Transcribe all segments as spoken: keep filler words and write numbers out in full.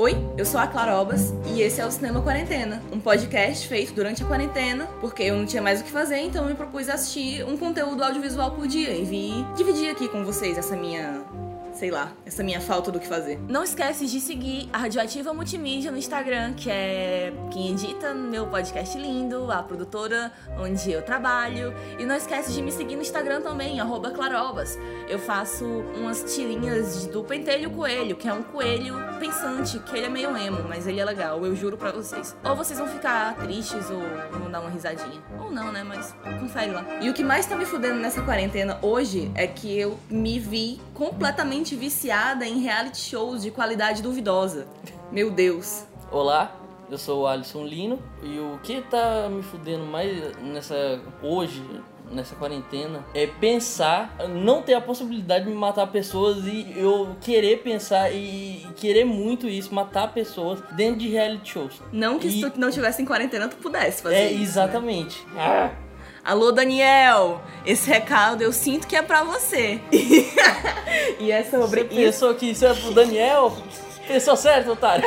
Oi, eu sou a Clarobas e esse é o Cinema Quarentena, um podcast feito durante a quarentena, porque eu não tinha mais o que fazer, então eu me propus a assistir um conteúdo audiovisual por dia e vim dividir aqui com vocês essa minha... sei lá, essa minha falta do que fazer. Não esquece de seguir a Radioativa Multimídia no Instagram, que é quem edita meu podcast lindo, a produtora onde eu trabalho. E não esquece de me seguir no Instagram também, arroba Clarobas. Eu faço umas tirinhas do Pentelho Coelho, que é um coelho pensante, que ele é meio emo, mas ele é legal, eu juro pra vocês. Ou vocês vão ficar tristes ou vão dar uma risadinha. Ou não, né, mas confere lá. E o que mais tá me fudendo nessa quarentena hoje é que eu me vi completamente viciada em reality shows de qualidade duvidosa. Meu Deus. Olá, eu sou o Alisson Lino e o que tá me fudendo mais nessa hoje, nessa quarentena, é pensar, não ter a possibilidade de matar pessoas e eu querer pensar e querer muito isso, matar pessoas dentro de reality shows. Não que e... se tu não tivesse em quarentena, tu pudesse fazer é, isso. É, exatamente. Né? Ah. Alô, Daniel, esse recado eu sinto que é pra você. E é sobre você isso. Pensou que isso é pro Daniel? Pensou certo, otário?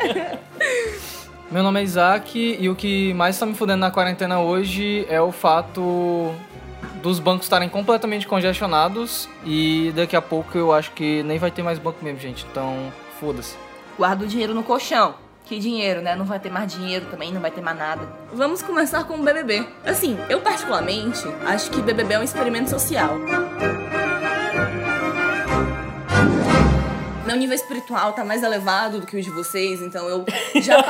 Meu nome é Isaac e o que mais tá me fudendo na quarentena hoje é o fato dos bancos estarem completamente congestionados e daqui a pouco eu acho que nem vai ter mais banco mesmo, gente. Então, foda-se. Guarda o dinheiro no colchão. Que dinheiro, né? Não vai ter mais dinheiro também, não vai ter mais nada. Vamos começar com o B B B. Assim, eu particularmente acho que B B B é um experimento social. Meu nível espiritual tá mais elevado do que o de vocês, então eu já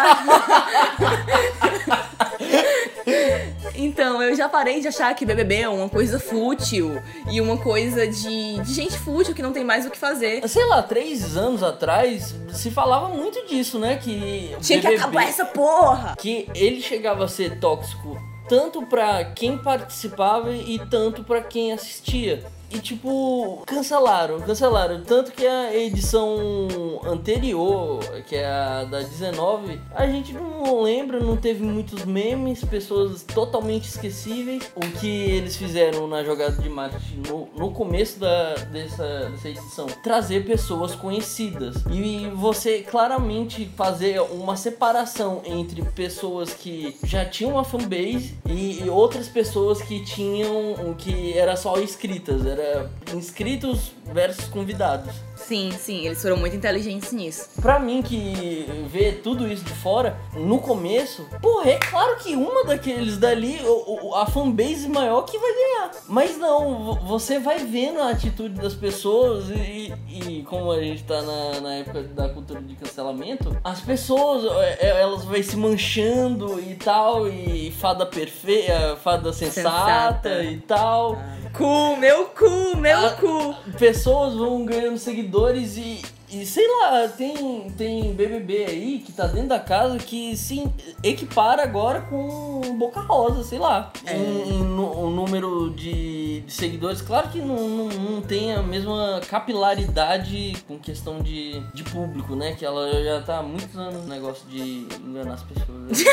Então, eu já parei de achar que B B B é uma coisa fútil e uma coisa de, de gente fútil que não tem mais o que fazer. Sei lá, três anos atrás se falava muito disso, né? Que tinha B B B, que acabar essa porra! Que ele chegava a ser tóxico tanto pra quem participava e tanto pra quem assistia. E tipo, cancelaram, cancelaram. Tanto que a edição anterior, que é a da dezenove, a gente não lembra, não teve muitos memes, pessoas totalmente esquecíveis. O que eles fizeram na jogada de marketing no, no começo da, dessa, dessa edição, trazer pessoas conhecidas. E você claramente fazer uma separação entre pessoas que já tinham uma fanbase e, e outras pessoas que tinham, que era só inscritas, era inscritos versus convidados. Sim, sim, eles foram muito inteligentes nisso. Pra mim que vê tudo isso de fora, no começo, porra, é claro que uma daqueles dali, a fanbase maior que vai ganhar. Mas não, você vai vendo a atitude das pessoas e, e como a gente tá na, na época da cultura de cancelamento, as pessoas, elas vão se manchando e tal, e fada perfeita, fada sensata, sensata. E tal. Ah. Cu, meu cu, meu a, cu. Pessoas vão ganhando seguidores e, e sei lá, tem, tem B B B aí que tá dentro da casa que se equipara agora com Boca Rosa, sei lá. É. Um, um, um número de, de seguidores, claro que não, não, não tem a mesma capilaridade com questão de, de público, né? Que ela já tá há muitos anos no negócio de enganar as pessoas.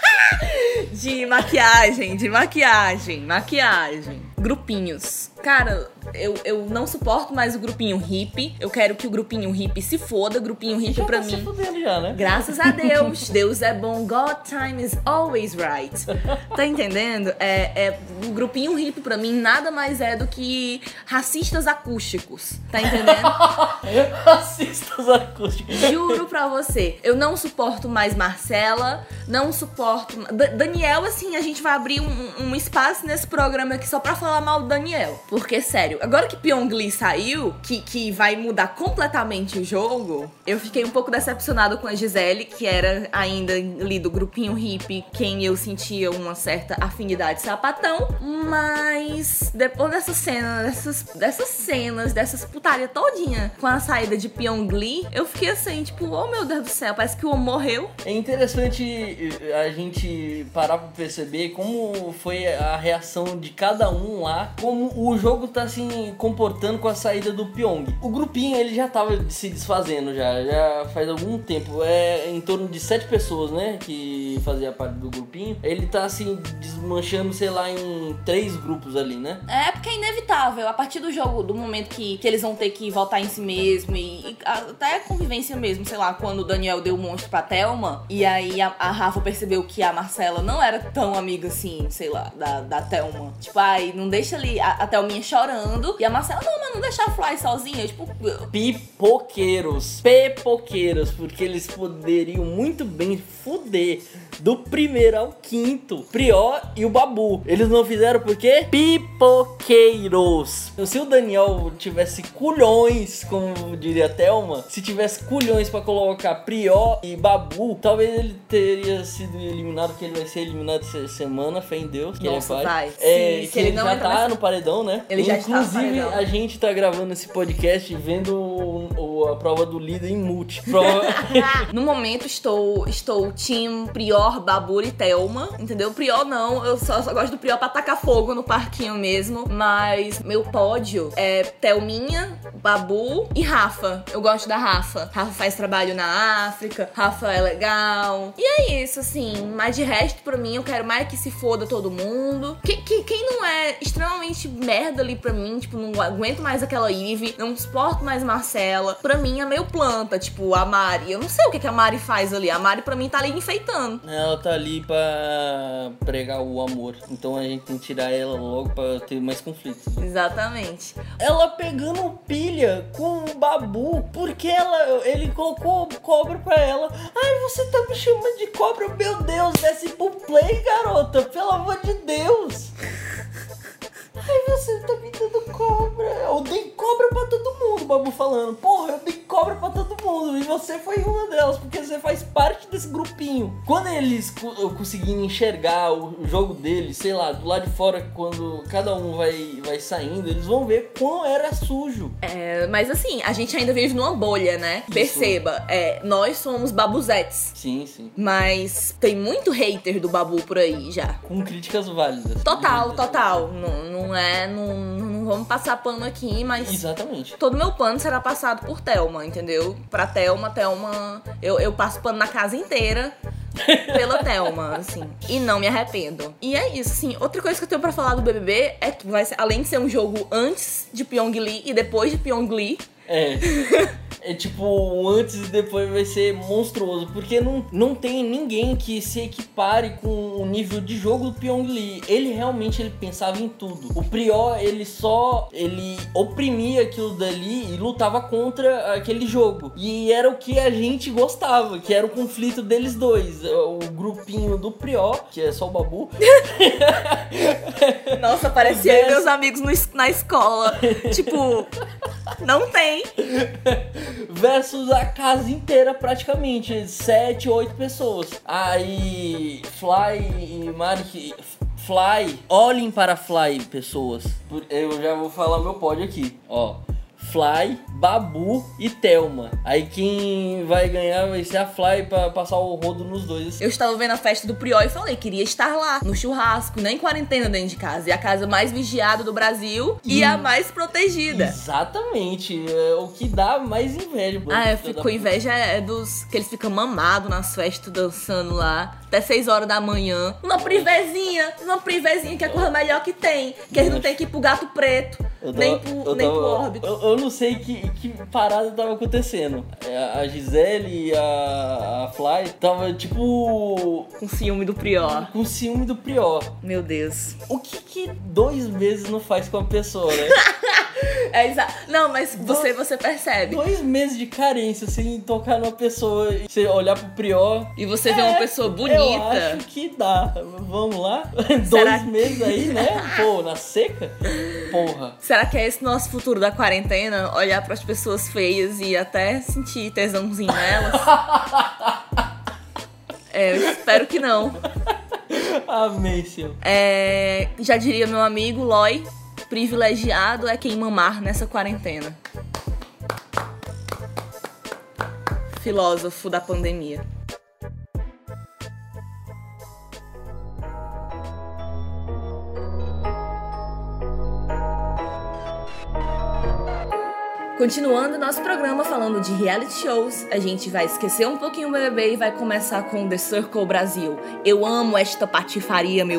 De maquiagem, de maquiagem, maquiagem. Grupinhos. Cara, eu, eu não suporto mais o grupinho hippie. Eu quero que o grupinho hippie se foda. Grupinho hippie já pra tá mim. Se fudendo já, né? Graças a Deus. Deus é bom. God time is always right. Tá entendendo? É, é, o grupinho hippie pra mim nada mais é do que racistas acústicos. Tá entendendo? Racistas acústicos. Juro pra você. Eu não suporto mais Marcela. Não suporto... D- Daniel, assim, a gente vai abrir um, um espaço nesse programa aqui só pra falar mal do Daniel. Porque, sério, agora que Pyongyi saiu, que, que vai mudar completamente o jogo, eu fiquei um pouco decepcionado com a Gisele, que era ainda ali do grupinho hippie, quem eu sentia uma certa afinidade sapatão. Mas depois dessa cena, dessas, dessas cenas, dessas putaria todinha com a saída de Pyongyi, eu fiquei assim, tipo, oh meu Deus do céu, parece que o homem morreu. É interessante a gente parar pra perceber como foi a reação de cada um lá, como o jogo tá assim se comportando com a saída do Pyong. O grupinho, ele já tava se desfazendo já, já faz algum tempo. É em torno de sete pessoas, né, que fazia parte do grupinho. Ele tá, assim, desmanchando, sei lá, em três grupos ali, né? É, porque é inevitável. A partir do jogo, do momento que, que eles vão ter que voltar em si mesmo e, e até a convivência mesmo, sei lá, quando o Daniel deu o monstro pra Thelma e aí a, a Rafa percebeu que a Marcela não era tão amiga assim, sei lá, da, da Thelma. Tipo, ai, não deixa ali a, a Thelminha chorando e a Marcela, não, mas não deixa a Fly sozinha. Tipo, pipoqueiros, pepoqueiros, porque eles poderiam muito bem fuder do primeiro ao quinto, Prior e o Babu. Eles não fizeram por quê? Pipoqueiros. Se o Daniel tivesse culhões, como diria a Thelma, se tivesse culhões pra colocar Prior e Babu, talvez ele teria sido eliminado, porque ele vai ser eliminado essa semana, fé em Deus. Que Nossa, ele vai. É, se, que ele, ele já tá nessa... no paredão, né? Ele já está no Inclusive, paredão. a gente tá gravando esse podcast vendo o, o, a prova do líder em multi. Prova... No momento, estou, estou team Prior, Babu e Thelma, entendeu? Prior não, eu só, só gosto do Prior pra tacar fogo no parquinho mesmo, mas meu pódio é Thelminha, Babu e Rafa. Eu gosto da Rafa. Rafa faz trabalho na África, Rafa é legal. E é isso, assim, mas de resto, pra mim, eu quero mais que se foda todo mundo. Que, que, quem não é extremamente merda ali pra mim, tipo, não aguento mais aquela Ivy, não suporto mais Marcela, pra mim é meio planta, tipo, a Mari. Eu não sei o que, que a Mari faz ali. A Mari, pra mim, tá ali enfeitando. Ela tá ali pra pregar o amor. Então a gente tem que tirar ela logo pra ter mais conflitos. Exatamente. Ela pegando pilha com o Babu, porque ela, ele colocou cobra pra ela. Ai, você tá me chamando de cobra? Meu Deus, desce pro play, garota. Pelo amor de Deus. Ai, você tá me dando cobra. Eu dei cobra pra todo mundo, o Babu falando. Porra, eu dei cobra pra todo mundo. E você foi uma delas, porque você faz parte desse grupinho. Quando eles co- conseguirem enxergar o jogo deles, sei lá, do lado de fora, quando cada um vai, vai saindo, eles vão ver quão era sujo. É, mas assim, a gente ainda vive numa bolha, né? Isso. Perceba, é, nós somos babuzetes. Sim, sim. Mas tem muito hater do Babu por aí já. Com críticas válidas. Total, total. Não, não é, não, não vamos passar pano aqui, mas... Exatamente. Todo meu pano será passado por Thelma, entendeu? Pra Thelma, Thelma... Eu, eu passo pano na casa inteira pela Thelma, assim. E não me arrependo. E é isso, assim. Outra coisa que eu tenho pra falar do B B B é que vai ser, além de ser um jogo antes de Pyongyi e depois de Pyongyi... É. É tipo, antes e depois vai ser monstruoso, porque não, não tem ninguém que se equipare com o nível de jogo do Pyongyi. Ele realmente ele pensava em tudo. O Prior, ele só ele oprimia aquilo dali e lutava contra aquele jogo. E era o que a gente gostava, que era o conflito deles dois. O grupinho do Prior, que é só o Babu. Nossa, parecia Versus... meus amigos no, na escola. Tipo, não tem. Versus a casa inteira, praticamente. Sete, oito pessoas. Aí, Fly e Mari... Fly, olhem para Fly, pessoas. Eu já vou falar meu pódio aqui, ó. Fly, Babu e Thelma. Aí quem vai ganhar vai ser a Fly pra passar o rodo nos dois. Eu estava vendo a festa do Prior e falei, queria estar lá, no churrasco, nem quarentena dentro de casa. E a casa mais vigiada do Brasil e, e a mais protegida. Exatamente, é o que dá mais inveja. Ah, eu fico com inveja é dos que eles ficam mamados nas festas, dançando lá, até seis horas da manhã. Uma privezinha, uma privezinha que é a coisa melhor que tem. Que eles não tem que ir pro Gato Preto, tava, nem pro, nem tava, pro órbito. Eu, eu não sei que, que parada tava acontecendo. A Gisele e a, a Fly tava tipo... Com ciúme do Prior. Com ciúme do Prior. Meu Deus. O que que dois meses não faz com a pessoa, né? É exato. Não, mas você, você percebe. Dois meses de carência sem tocar numa pessoa e você olhar pro Prior. E você é, vê uma pessoa bonita. Eu acho que dá. Vamos lá? Será Dois meses aí, né? Pô, na seca? Porra. Será que é esse nosso futuro da quarentena? Olhar pras pessoas feias e até sentir tesãozinho nelas? É, eu espero que não. Amei, senhor. É, já diria meu amigo Loy, privilegiado é quem mamar nessa quarentena. Filósofo da pandemia. Continuando nosso programa falando de reality shows, a gente vai esquecer um pouquinho o B B B e vai começar com The Circle Brasil. Eu amo esta patifaria, meu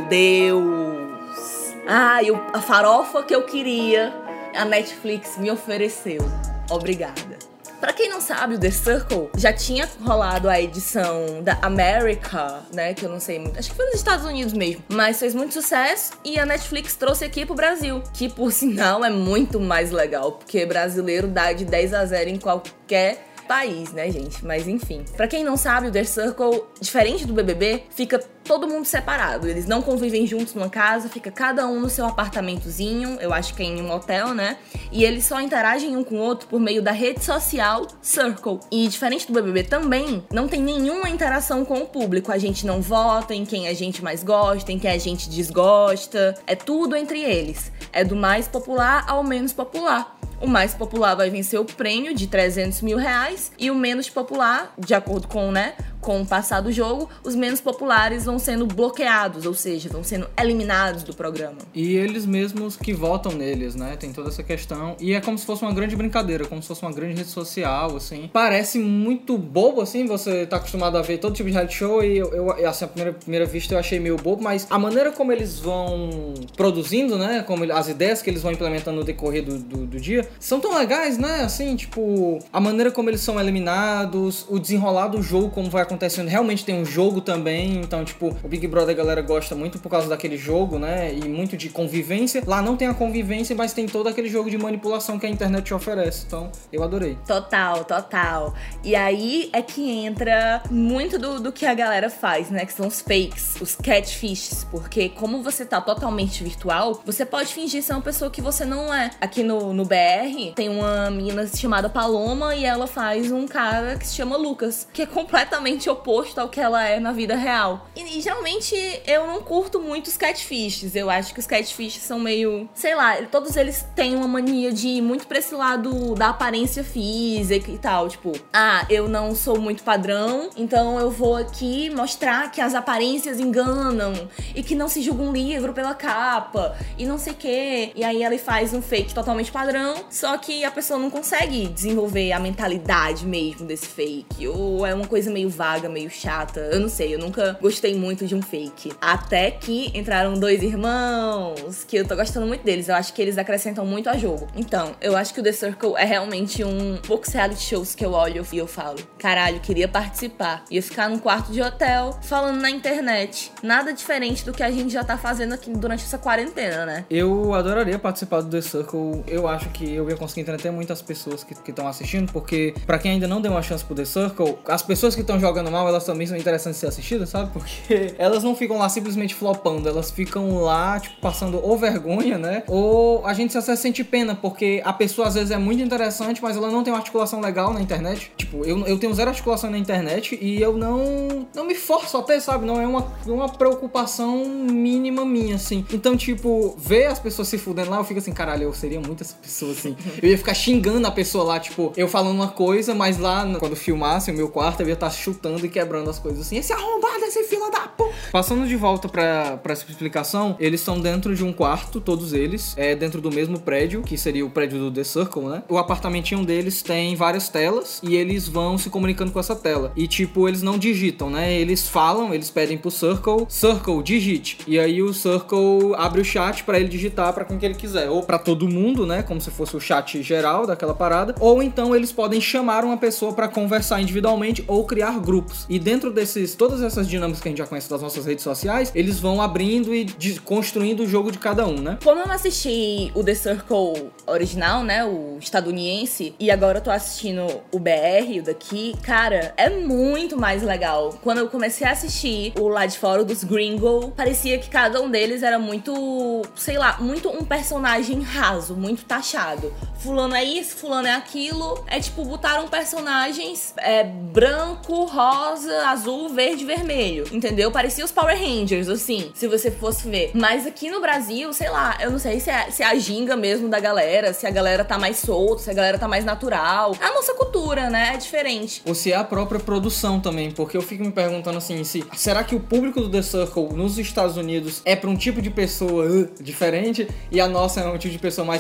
Deus! Ah, eu, a farofa que eu queria, a Netflix me ofereceu. Obrigada. Pra quem não sabe, o The Circle já tinha rolado a edição da America, né, que eu não sei muito, acho que foi nos Estados Unidos mesmo, mas fez muito sucesso e a Netflix trouxe aqui pro Brasil, que por sinal é muito mais legal, porque brasileiro dá de dez a zero em qualquer país, né, gente? Mas enfim. Pra quem não sabe, o The Circle, diferente do B B B, fica todo mundo separado. Eles não convivem juntos numa casa, fica cada um no seu apartamentozinho, eu acho que é em um hotel, né? E eles só interagem um com o outro por meio da rede social Circle. E diferente do B B B também, não tem nenhuma interação com o público. A gente não vota em quem a gente mais gosta, em quem a gente desgosta. É tudo entre eles. É do mais popular ao menos popular. O mais popular vai vencer o prêmio de trezentos mil reais e o menos popular, de acordo com, né, com o passar do jogo, os menos populares vão sendo bloqueados, ou seja, vão sendo eliminados do programa. E eles mesmos que votam neles, né? Tem toda essa questão. E é como se fosse uma grande brincadeira, como se fosse uma grande rede social, assim. Parece muito bobo, assim, você tá acostumado a ver todo tipo de reality show e eu, eu assim, a primeira, primeira vista eu achei meio bobo, mas a maneira como eles vão produzindo, né? Como ele, as ideias que eles vão implementando no decorrer do, do, do dia são tão legais, né? Assim, tipo, a maneira como eles são eliminados, o desenrolar do jogo, como vai acontecendo. Realmente tem um jogo também, então, tipo, o Big Brother a galera gosta muito por causa daquele jogo, né? E muito de convivência. Lá não tem a convivência, mas tem todo aquele jogo de manipulação que a internet te oferece. Então, eu adorei. Total, total. E aí é que entra muito do, do que a galera faz, né? Que são os fakes, os catfishes. Porque como você tá totalmente virtual, você pode fingir ser uma pessoa que você não é. Aqui no, no B R, tem uma menina chamada Paloma e ela faz um cara que se chama Lucas, que é completamente oposto ao que ela é na vida real. E, e geralmente eu não curto muito os catfishes. Eu acho que os catfishes são meio, sei lá, todos eles têm uma mania de ir muito pra esse lado da aparência física e tal. Tipo, ah, eu não sou muito padrão, então eu vou aqui mostrar que as aparências enganam e que não se julga um livro pela capa e não sei o quê. E aí ela faz um fake totalmente padrão, só que a pessoa não consegue desenvolver a mentalidade mesmo desse fake. Ou é uma coisa meio vaga, meio chata. Eu não sei, eu nunca gostei muito de um fake. Até que entraram dois irmãos, que eu tô gostando muito deles. Eu acho que eles acrescentam muito a jogo. Então, eu acho que o The Circle é realmente um poucos reality shows que eu olho e eu falo, caralho, queria participar. Ia ficar num quarto de hotel, falando na internet. Nada diferente do que a gente já tá fazendo aqui durante essa quarentena, né? Eu adoraria participar do The Circle. Eu acho que eu ia conseguir entreter muitas pessoas que estão assistindo, porque pra quem ainda não deu uma chance pro The Circle, as pessoas que estão jogando mal, elas também são interessantes de ser assistidas, sabe? Porque elas não ficam lá simplesmente flopando, elas ficam lá, tipo, passando ou vergonha, né? Ou a gente se sente pena, porque a pessoa às vezes é muito interessante, mas ela não tem uma articulação legal na internet. Tipo, eu, eu tenho zero articulação na internet e eu não, não me forço até, sabe? Não é uma, uma preocupação mínima minha, assim. Então, tipo, ver as pessoas se fudendo lá, eu fico assim, caralho, eu seria muito essa pessoa, assim. Eu ia ficar xingando a pessoa lá, tipo, eu falando uma coisa, mas lá, quando filmasse o meu quarto, eu ia estar chutando e quebrando as coisas assim. Esse arrombado, esse fila da p... Passando de volta pra, pra essa explicação, eles estão dentro de um quarto, todos eles, é dentro do mesmo prédio, que seria o prédio do The Circle, né? O apartamentinho deles tem várias telas e eles vão se comunicando com essa tela. E, tipo, eles não digitam, né? Eles falam, eles pedem pro Circle, Circle, digite. E aí o Circle abre o chat pra ele digitar pra quem que ele quiser. Ou pra todo mundo, né? Como se fosse o chat geral daquela parada. Ou então eles podem chamar uma pessoa pra conversar individualmente ou criar grupos. E dentro desses, todas essas dinâmicas que a gente já conhece das nossas redes sociais, eles vão abrindo e de, construindo o jogo de cada um, né? Como eu assisti o The Circle original, né? O estadunidense, e agora eu tô assistindo o B R, o daqui, cara, é muito mais legal. Quando eu comecei a assistir o lá de fora dos Gringo, parecia que cada um deles era muito, sei lá, muito um personagem raso, muito taxado. Fulano é isso, fulano é aquilo. É tipo, botaram personagens é, branco, rosa, azul, verde, vermelho, entendeu? Parecia os Power Rangers, assim, se você fosse ver. Mas aqui no Brasil, sei lá, eu não sei se é, se é a ginga mesmo da galera, se a galera tá mais solta, se a galera tá mais natural. É a nossa cultura, né? É diferente. Ou se é a própria produção também, porque eu fico me perguntando assim, se será que o público do The Circle nos Estados Unidos é pra um tipo de pessoa uh, diferente e a nossa é um tipo de pessoa mais uh,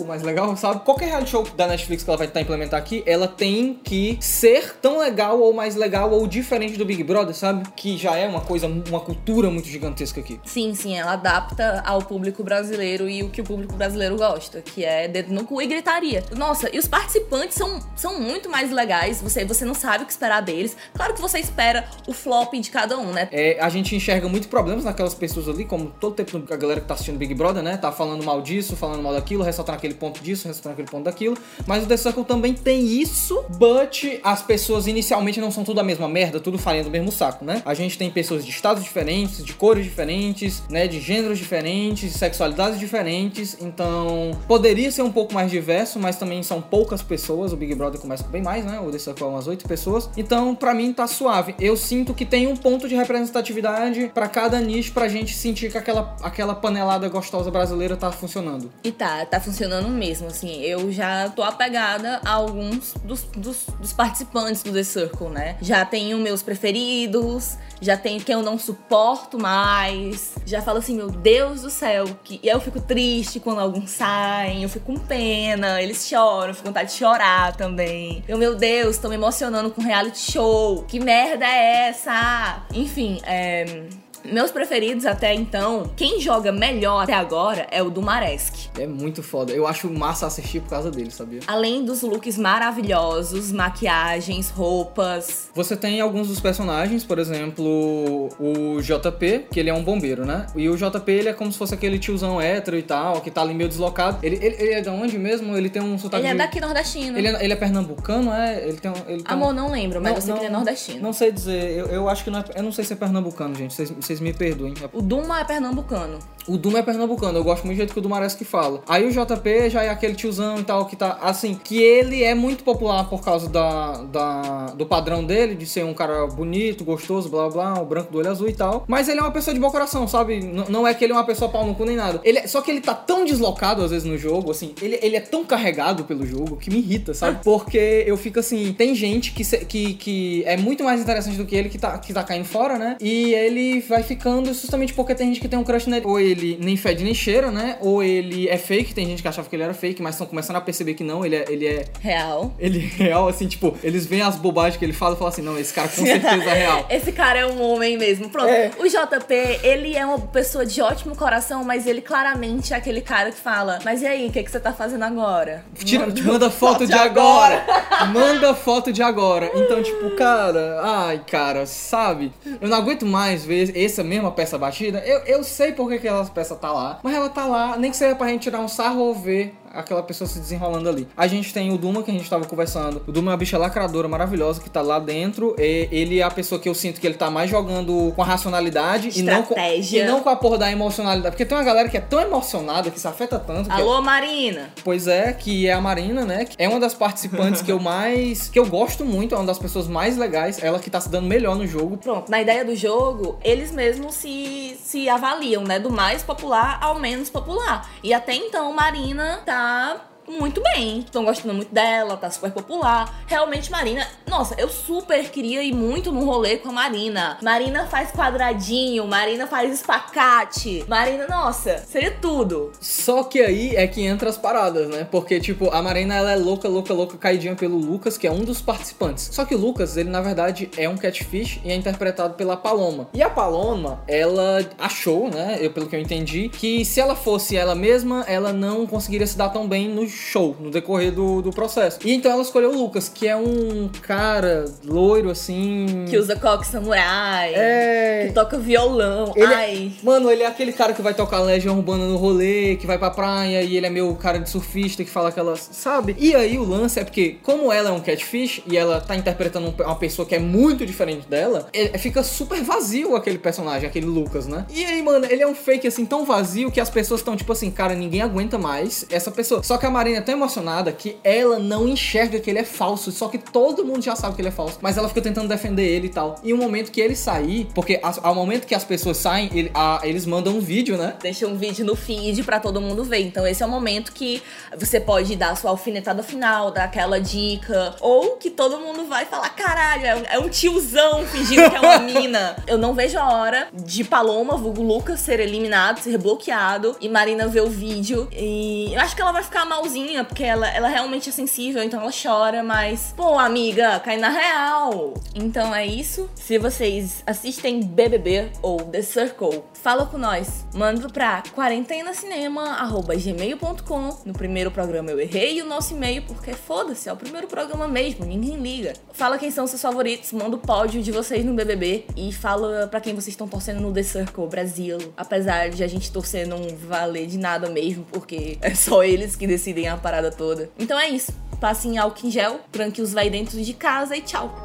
ou mais legal, sabe? Qualquer reality show da Netflix que ela vai tentar implementar aqui, ela tem que ser tão legal ou mais legal ou diferente do Big Brother, sabe? Que já é uma coisa, uma cultura muito gigantesca aqui. Sim, sim, ela adapta ao público brasileiro e o que o público brasileiro gosta, que é dedo no cu e gritaria. Nossa, e os participantes são, são muito mais legais, você, você não sabe o que esperar deles. Claro que você espera o flop de cada um, né? É, a gente enxerga muitos problemas naquelas pessoas ali, como todo tempo a galera que tá assistindo Big Brother, né? Tá falando mal disso, falando mal daquilo, ressaltando aquele ponto disso, ressaltando aquele ponto daquilo. Mas o The Circle também tem isso, but as pessoas inicialmente não são tudo a mesma merda, tudo farinha do mesmo saco, né? A gente tem pessoas de estados diferentes, de cores diferentes, né? De gêneros diferentes, de sexualidades diferentes. Então, poderia ser um pouco mais diverso, mas também são poucas pessoas. O Big Brother começa com bem mais, né? O The Circle é umas oito pessoas. Então, pra mim, tá suave. Eu sinto que tem um ponto de representatividade pra cada nicho, pra gente sentir que aquela, aquela panelada gostosa brasileira tá funcionando. E tá, tá funcionando mesmo, assim. Eu já tô apegada a alguns dos, dos, dos participantes do The Circle, né? Já tenho meus preferidos, já tenho quem eu não suporto mais. Já falo assim, meu Deus do céu, que eu fico triste quando alguns saem, eu fico com pena, eles choram, eu fico com vontade de chorar também. Eu, meu Deus, tô me emocionando com reality show. Que merda é essa? Enfim, é... meus preferidos até então, quem joga melhor até agora é o Dumaresque. É muito foda. Eu acho massa assistir por causa dele, sabia? Além dos looks maravilhosos, maquiagens, roupas. Você tem alguns dos personagens, por exemplo, o J P, que ele é um bombeiro, né? E o J P, ele é como se fosse aquele tiozão hétero e tal, que tá ali meio deslocado. Ele, ele, ele é de onde mesmo? Ele tem um sotaque Ele é de... daqui nordestino. Ele é, ele é pernambucano, é? Ele tem, um- ele tem Amor, um... não lembro, mas Não, eu sei não, que ele é nordestino. Não sei dizer, eu, eu acho que não é... Eu não sei se é pernambucano, gente, vocês, vocês me perdoem. O Duma é pernambucano. O Duma é pernambucano, eu gosto muito do jeito que o Dumaresque fala. Aí o J P já é aquele tiozão e tal, que tá, assim, que ele é muito popular por causa da, da, do padrão dele, de ser um cara bonito, gostoso, blá blá, o branco do olho azul e tal. Mas ele é uma pessoa de bom coração, sabe? N- não é que ele é uma pessoa pau no cu nem nada. Ele é- só que ele tá tão deslocado, às vezes, no jogo, assim, ele, ele é tão carregado pelo jogo que me irrita, sabe? Porque eu fico assim, tem gente que, se- que, que é muito mais interessante do que ele, que tá, que tá caindo fora, né? E ele vai ficando justamente porque tem gente que tem um crush nele. Ou ele nem fede nem cheira, né? Ou ele é fake, tem gente que achava que ele era fake, mas estão começando a perceber que não, ele é, ele é, Real. ele é real, assim, tipo, eles veem as bobagens que ele fala e falam assim, não, esse cara com certeza é real. Esse cara é um homem mesmo. Pronto. É. O J P, ele é uma pessoa de ótimo coração, mas ele claramente é aquele cara que fala, mas e aí, o que, que você tá fazendo agora? Tira, manda foto de agora. Manda foto de agora. Então, tipo, cara, ai, cara, sabe? Eu não aguento mais ver essa mesma peça batida. Eu, eu sei por que que aquela peça tá lá, mas ela tá lá, nem que seja pra gente tirar um sarro ou ver aquela pessoa se desenrolando ali. A gente tem o Duma, que a gente tava conversando. O Duma é uma bicha lacradora maravilhosa que tá lá dentro. E ele é a pessoa que eu sinto que ele tá mais jogando com a racionalidade e não com, Estratégia. e não com a porra da emocionalidade. Porque tem uma galera que é tão emocionada, que se afeta tanto. que Alô, Marina! Pois é, que é a Marina, né? É uma das participantes que eu mais... que eu gosto muito, é uma das pessoas mais legais. Ela que tá se dando melhor no jogo. Pronto, na ideia do jogo, eles mesmos se, se avaliam, né? Do mais popular ao menos popular. E até então, Marina tá muito bem. Estão gostando muito dela, tá super popular. Realmente, Marina... Nossa, eu super queria ir muito num rolê com a Marina. Marina faz quadradinho, Marina faz espacate. Marina, nossa, seria tudo. Só que aí é que entra as paradas, né? Porque, tipo, a Marina, ela é louca, louca, louca, caidinha pelo Lucas, que é um dos participantes. Só que o Lucas, ele, na verdade, é um catfish e é interpretado pela Paloma. E a Paloma, ela achou, né? Eu, pelo que eu entendi, que se ela fosse ela mesma, ela não conseguiria se dar tão bem no show, no decorrer do, do processo. E então ela escolheu o Lucas, que é um cara loiro, assim... Que usa coque samurai. É... Que toca violão. Ele é- Ai... Mano, ele é aquele cara que vai tocar Legião Urbana no rolê, que vai pra praia, e ele é meio cara de surfista, que fala aquelas... Sabe? E aí o lance é porque, como ela é um catfish, e ela tá interpretando um- uma pessoa que é muito diferente dela, é- fica super vazio aquele personagem, aquele Lucas, né? E aí, mano, ele é um fake, assim, tão vazio que as pessoas estão tipo assim, cara, ninguém aguenta mais essa pessoa. Só que a Marina é tão emocionada que ela não enxerga que ele é falso, só que todo mundo já sabe que ele é falso, mas ela fica tentando defender ele e tal. E o momento que ele sair, porque as- ao momento que as pessoas saem, ele- a- eles mandam um vídeo, né? Deixa um vídeo no feed pra todo mundo ver. Então esse é o momento que você pode dar a sua alfinetada final, dar aquela dica, ou que todo mundo vai falar, caralho, é um, é um tiozão fingindo que é uma mina. Eu não vejo a hora de Paloma, vulgo Lucas, ser eliminado, ser bloqueado, e Marina ver o vídeo. E eu acho que ela vai ficar malzinha sozinha, porque ela, ela realmente é sensível, então ela chora, mas, pô, amiga, cai na real. Então é isso. Se vocês assistem B B B ou The Circle, fala com nós. Manda pra quarentenacinema arroba gmail ponto com. No primeiro programa eu errei o nosso e-mail, porque foda-se, é o primeiro programa mesmo, ninguém liga. Fala quem são seus favoritos, manda o pódio de vocês no B B B e fala pra quem vocês estão torcendo no The Circle Brasil. Apesar de a gente torcer não valer de nada mesmo, porque é só eles que decidem a parada toda. Então é isso. Passem álcool em gel, tranque os vai dentro de casa e tchau.